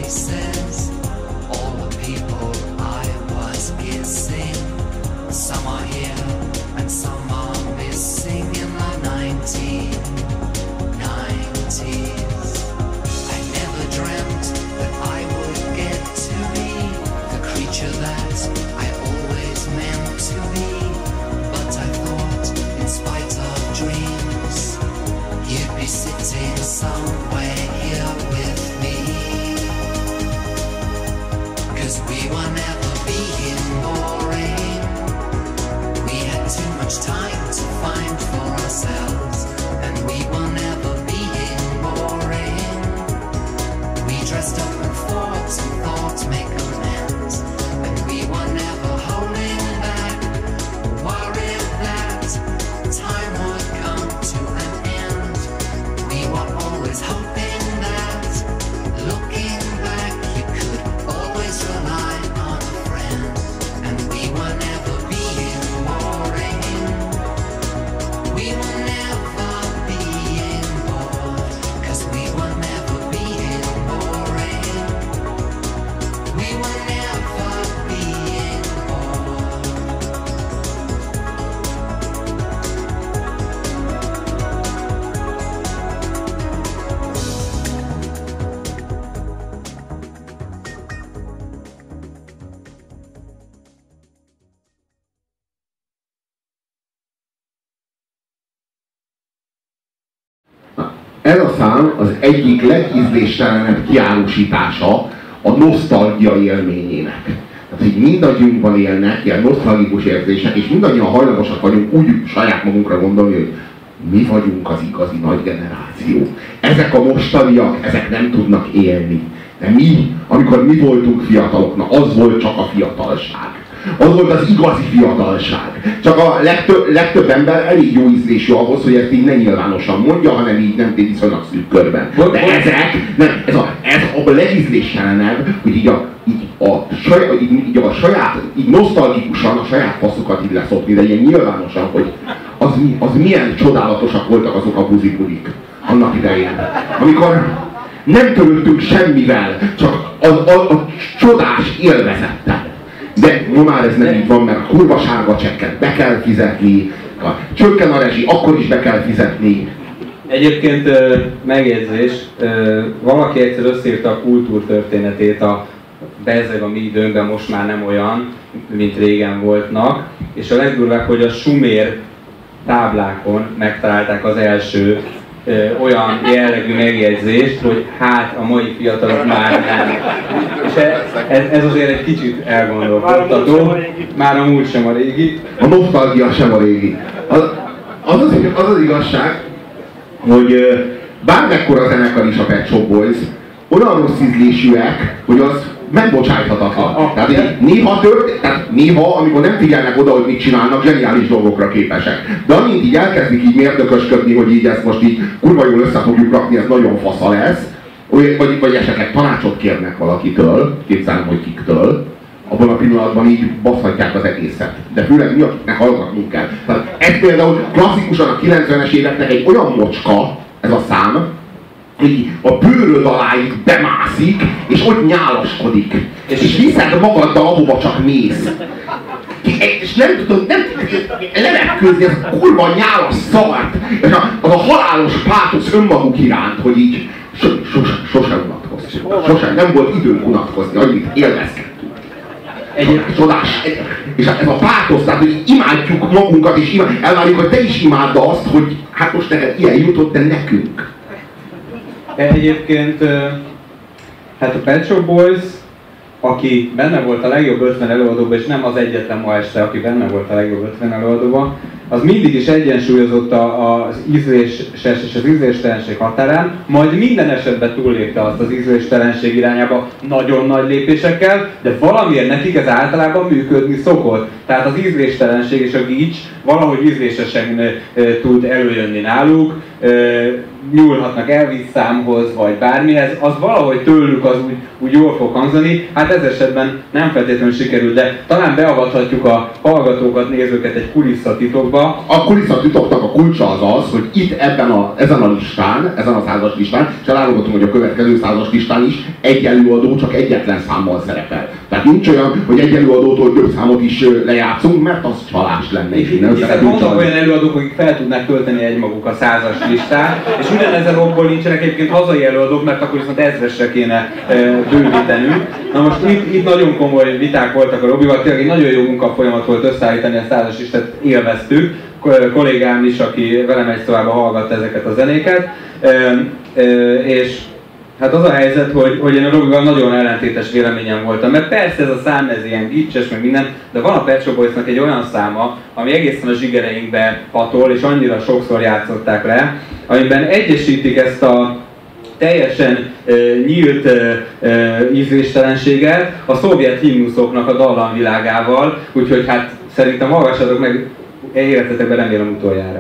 faces, all the people I was kissing. Some are here and some are missing in the 1990s. I never dreamt that I would get to be the creature that I always meant to be. But I thought, in spite of dreams, you'd be sitting somewhere here with me. 'Cause we were never being boring. We had too much time to find for ourselves, and we were never being boring. We dressed up and thought make amends, and we were never holding back, worried that time would come to an end. We were always hoping that, looking back, you could always rely on a friend, and we were never being boring. We were never being bored, 'cause we were never being boring. We were never being bored. Ez a szám az egyik legízléstelenebb kiárusítása a nosztalgia élményének. Tehát, hogy mindannyiunkban élnek ilyen nosztalgikus érzések, és mindannyian hajlamosak vagyunk úgy saját magunkra gondolni, hogy mi vagyunk az igazi nagy generáció. Ezek a mostaniak, ezek nem tudnak élni. De mi, amikor mi voltunk fiatalok, na az volt csak a fiatalság. Az volt az igazi fiatalság. Csak a legtöbb ember elég jó ízlésű ahhoz, hogy ezt így ne nyilvánosan mondja, hanem így nem viszonylag szűk körben. De ez a legízléstelenebb, hogy így a saját, így nosztalgikusan a saját faszokat így leszokni, de ilyen nyilvánosan, hogy az milyen csodálatosak voltak azok a buzik annak idején. Amikor nem törődtünk semmivel, csak a csodás élvezettel. De ma már ez nem így van, mert a kurva sárga csekket be kell fizetni, csökken a rezsi, akkor is be kell fizetni. Egyébként megjegyzés, valaki egyszer összeírta a kultúrtörténetét, bezzeg a mi időnkben most már nem olyan, mint régen voltnak, és a legdurvább, hogy a sumér táblákon megtalálták az első olyan jellegű megjegyzést, hogy hát a mai fiatalok már nem. És ez azért egy kicsit elgondolkodtató. Már a múlt sem a régi. A nosztalgia sem a régi. Az igazság, hogy bármekkora zenekar is a Pet Shop Boys, olyan rossz ízlésűek, hogy az megbocsájthatatlan. Tehát néha, amikor nem figyelnek oda, hogy mit csinálnak, zseniális dolgokra képesek. De amint így elkezdik így mérdökösködni, hogy így ezt most így kurva jól össze fogjuk rakni, ez nagyon fasza lesz, vagy esetleg tanácsot kérnek valakitől, képzelem, hogy kiktől, abban a pillanatban így baszhatják az egészet. De főleg mi, akiknek hallgatnunk kell. Tehát ez például klasszikusan a 90-es éveknek egy olyan mocska, ez a szám, hogy a bőröd alá így bemászik, és ott nyálaskodik. És viszed magaddal, ahova csak mész. És nem tudod, levetkőzni ezt a kurva nyálas szart, és az a halálos pátosz önmaguk iránt, hogy így sosem unatkoztunk. Sosem, nem volt időnk unatkozni, annyit élvezkedtünk. Csodás. És ez a pátosz, tehát hogy imádjuk magunkat, és elvárjuk, hogy te is imádd azt, hogy hát most neked ilyen jutott, de nekünk. Egyébként, hát a Pet Shop Boys, aki benne volt a legjobb 50 előadóban, és nem az egyetlen ma este, aki benne volt a legjobb 50 előadóban, az mindig is egyensúlyozott az ízléses és az ízléstelenség határán, majd minden esetben túllépte azt az ízléstelenség irányába nagyon nagy lépésekkel, de valamiért nekik ez általában működni szokott. Tehát az ízléstelenség és a gics valahogy ízlésesen tud előjönni náluk. nyúlhatnak Elvis számhoz, vagy bármihez, az valahogy tőlük az úgy jól fog hangzani. Hát ez esetben nem feltétlenül sikerül, de talán beavathatjuk a hallgatókat, nézőket egy kulisszatitokba. A kulisszatitoknak a kulcsa az az, hogy itt ezen a listán, ezen a 100-as listán, és elárulhatom, hogy a következő 100-as listán is egy előadó csak egyetlen számmal szerepel. Tehát nincs olyan, hogy egy előadótól több számot is lejátszunk, mert az csalás lenne. Hiszen vannak olyan előadók, akik fel tudnak tölteni egymaguk a 100-as listát, és ugyanezen okból nincsenek egyébként hazai előadók, mert akkor viszont ezresre kéne bővítenünk. Na most itt nagyon komoly viták voltak a Robival, tényleg egy nagyon jó munkafolyamat volt összeállítani a 100-as listát, élveztük. Kollégám is, aki velem egy szobában hallgatta ezeket a zenéket, és hát az a helyzet, hogy én a Robival nagyon ellentétes véleményem voltam, mert persze ez a szám, ez ilyen gicses, meg minden, de van a Pet Shop Boysnak egy olyan száma, ami egészen a zsigereinkbe hatol, és annyira sokszor játszották le, amiben egyesítik ezt a teljesen nyílt ízléstelenséget a szovjet himnuszoknak a dallamvilágával, úgyhogy hát szerintem hallgassatok meg, életetekben remélem utoljára.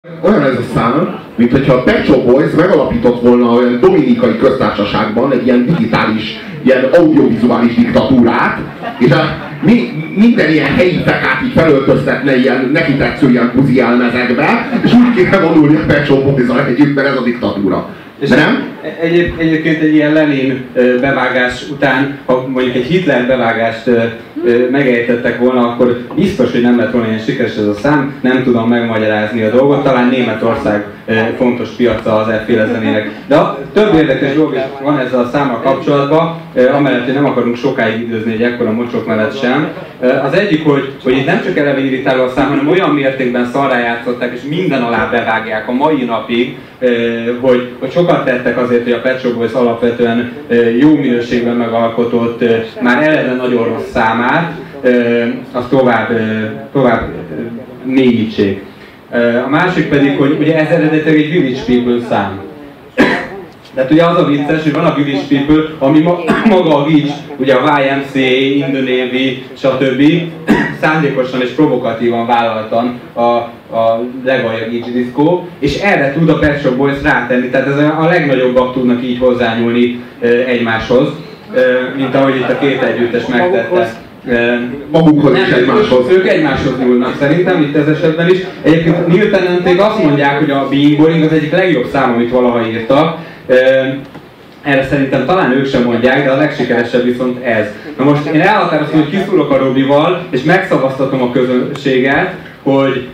Olyan ez a szám, mint hogyha a Pet Shop Boys megalapított volna olyan dominikai köztársaságban egy ilyen digitális, ilyen audiovizuális diktatúrát, és minden ilyen helyi fekát így felöltöztetne ilyen neki tetsző ilyen buzi elmezekbe, és úgy kéne vonulni a Pet Shop Boys-al együtt, mert ez a diktatúra. És nem? Egyébként egy ilyen Lenin bevágás után, ha mondjuk egy Hitler bevágást megejtettek volna, akkor biztos, hogy nem lett volna ilyen sikeres ez a szám, nem tudom megmagyarázni a dolgot, talán Németország fontos piaca az efféle zenének. De több érdekes dolog is van ezzel a számmal kapcsolatban, amellett, hogy nem akarunk sokáig időzni egy ekkora mocsok mellett sem. Az egyik, hogy itt nem csak eleve irritáló a szám, hanem olyan mértékben szarrá játszották, és minden alá bevágják a mai napig, hogy sokat tettek azért, hogy a Pet Shop Boys alapvetően jó minőségben megalkotott, már eleve nagyon rossz számát, azt tovább mélyítsék. A másik pedig, hogy ugye ez eredetileg egy Village People szám. Tehát ugye az a vicces, hogy van a Village People, ami maga a Village, ugye a YMCA, In The Navy, stb. Szándékosan és provokatívan vállaltan a legaljabb Beach Disco, és erre tud a Pet Shop Boys rátenni, tehát ez a legnagyobbak tudnak így hozzányúlni egymáshoz, mint ahogy itt a két együttes megtette. Magukhoz is egymáshoz. Ők egymáshoz nyúlnak szerintem, itt ez esetben is. Egyébként Neil Tennanték azt mondják, hogy a Being Boring az egyik legjobb szám, amit valaha írtak. Erre szerintem talán ők sem mondják, de a legsikeresebb viszont ez. Na most én elhatározom, hogy kiszúrok a Robival, és megszavaztatom a közönséget, hogy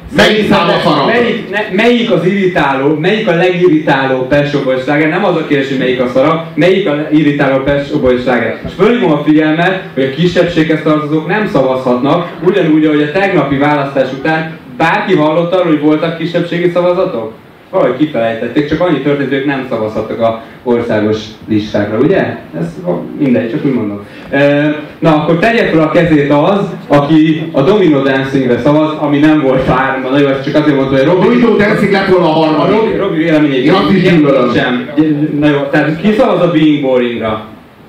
melyik az irritáló, melyik a legirritáló Pet Shop Boys sláger, nem az a kérdés, hogy melyik a szarab, melyik a irritáló Pet Shop Boys sláger. És fölhívom a figyelmet, hogy a kisebbséghez tartozók nem szavazhatnak, ugyanúgy, ahogy a tegnapi választás után bárki hallott arról, hogy voltak kisebbségi szavazatok? Valahogy kifelejtették, csak annyi történt, hogy ők nem szavazhattak a országos listákra, ugye? Ez mindegy, csak úgy mondom. Na, akkor tegye fel a kezét az, aki a Domino Dancingre szavaz, ami nem volt háromban, nagyon csak azért mondta, hogy Robi... Domino Dancing lett volna a harmadik. Robi véleményét. Én azt is gyűlölöm. Sem. Na jó, tehát ki szavaz a Being Boringra?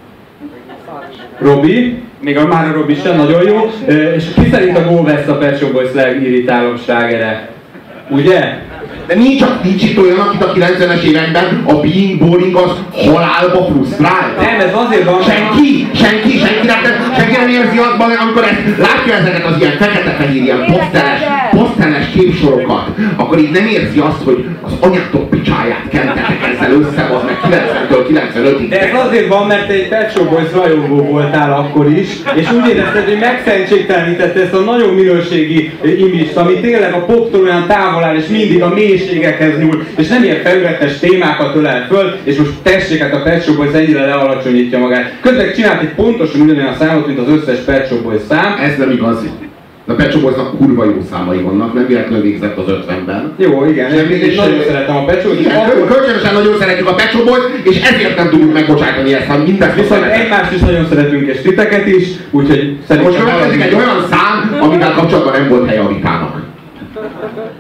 Robi, még már a Robi sem, nagyon jó. És ki szerint a Go West a Pet Shop Boys legirritálóbb slágere? Ugye? De nincs itt olyan, akit a 90-es években a Being Boring az halálba frusztrált. Nem, ez azért van. Senki nem érzi abban, amikor látja ezeket az ilyen fekete-fehér, ilyen poszteres képsorokat, akkor így nem érzi azt, hogy az anyátok picsáját kentetek ezzel össze, az meg 90-től 95-ig. De ez azért van, mert te egy Pet Shop Boys rajongó voltál akkor is, és úgy érezted, hogy megszentségtelenítette ezt a nagyon minőségi image-t, ami tényleg a poptól olyan távol áll, és mindig a mélységekhez nyúl, és nem ilyen felületes témákat ölel föl, és most tessék, hát a Pet Shop Boys ennyire lealacsonyítja magát. Közben csinált egy pontosan ugyanolyan a számot, mint az összes Pet Shop Boys szám. Ez nem igaz. A Pet Shop Boysnak kurva jó számai vannak, nem véletlenül végzett az 50-ben. Jó, igen, én nagyon szeretem a Pet Shop Boys. Kölcsönösen nagyon szeretjük a Pet Shop Boys, és ezért nem tudjuk megbocsátani ezt, hanem mindezt a viszont egymást is nagyon szeretünk, és titeket is, úgyhogy szerintem... Most következik egy olyan szám, amivel kapcsolatban nem volt helye a vitának.